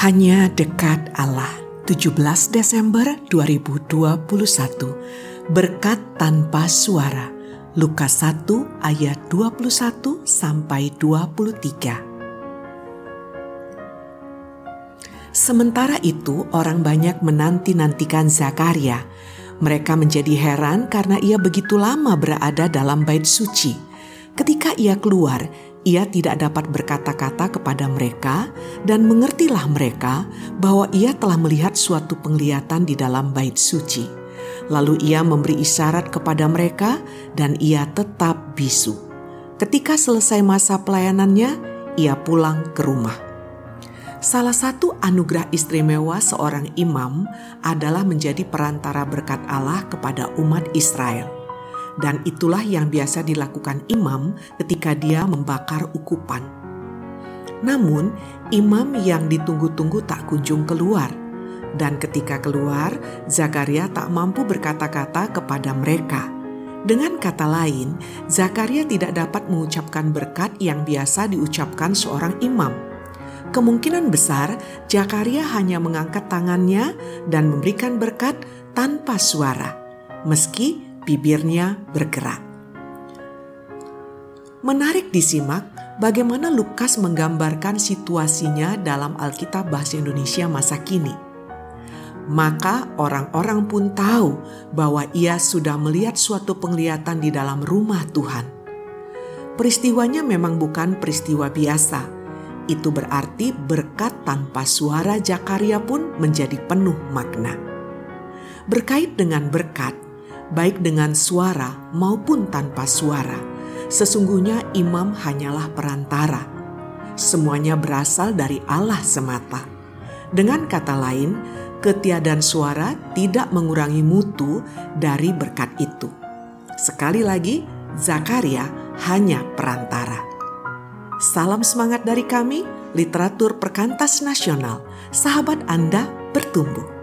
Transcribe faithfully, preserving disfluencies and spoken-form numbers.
Hanya dekat Allah, tujuh belas Desember dua ribu dua puluh satu. Berkat tanpa suara. Lukas satu ayat dua puluh satu sampai dua puluh tiga. Sementara itu, orang banyak menanti-nantikan Zakaria. Mereka menjadi heran karena ia begitu lama berada dalam bait suci. Ketika ia keluar, ia tidak dapat berkata-kata kepada mereka, dan mengertilah mereka bahwa ia telah melihat suatu penglihatan di dalam bait suci. Lalu ia memberi isyarat kepada mereka, dan ia tetap bisu. Ketika selesai masa pelayanannya, ia pulang ke rumah. Salah satu anugerah istimewa seorang imam adalah menjadi perantara berkat Allah kepada umat Israel. Dan itulah yang biasa dilakukan imam ketika dia membakar ukupan. Namun, imam yang ditunggu-tunggu tak kunjung keluar. Dan ketika keluar, Zakaria tak mampu berkata-kata kepada mereka. Dengan kata lain, Zakaria tidak dapat mengucapkan berkat yang biasa diucapkan seorang imam. Kemungkinan besar, Zakaria hanya mengangkat tangannya dan memberikan berkat tanpa suara, meski bibirnya bergerak. Menarik disimak bagaimana Lukas menggambarkan situasinya dalam Alkitab Bahasa Indonesia masa kini. Maka orang-orang pun tahu bahwa ia sudah melihat suatu penglihatan di dalam rumah Tuhan. Peristiwanya memang bukan peristiwa biasa. Itu berarti berkat tanpa suara Zakaria pun menjadi penuh makna. Berkait dengan berkat, baik dengan suara maupun tanpa suara, sesungguhnya imam hanyalah perantara. Semuanya berasal dari Allah semata. Dengan kata lain, ketiadaan suara tidak mengurangi mutu dari berkat itu. Sekali lagi, Zakaria hanya perantara. Salam semangat dari kami, Literatur Perkantas Nasional. Sahabat Anda bertumbuh.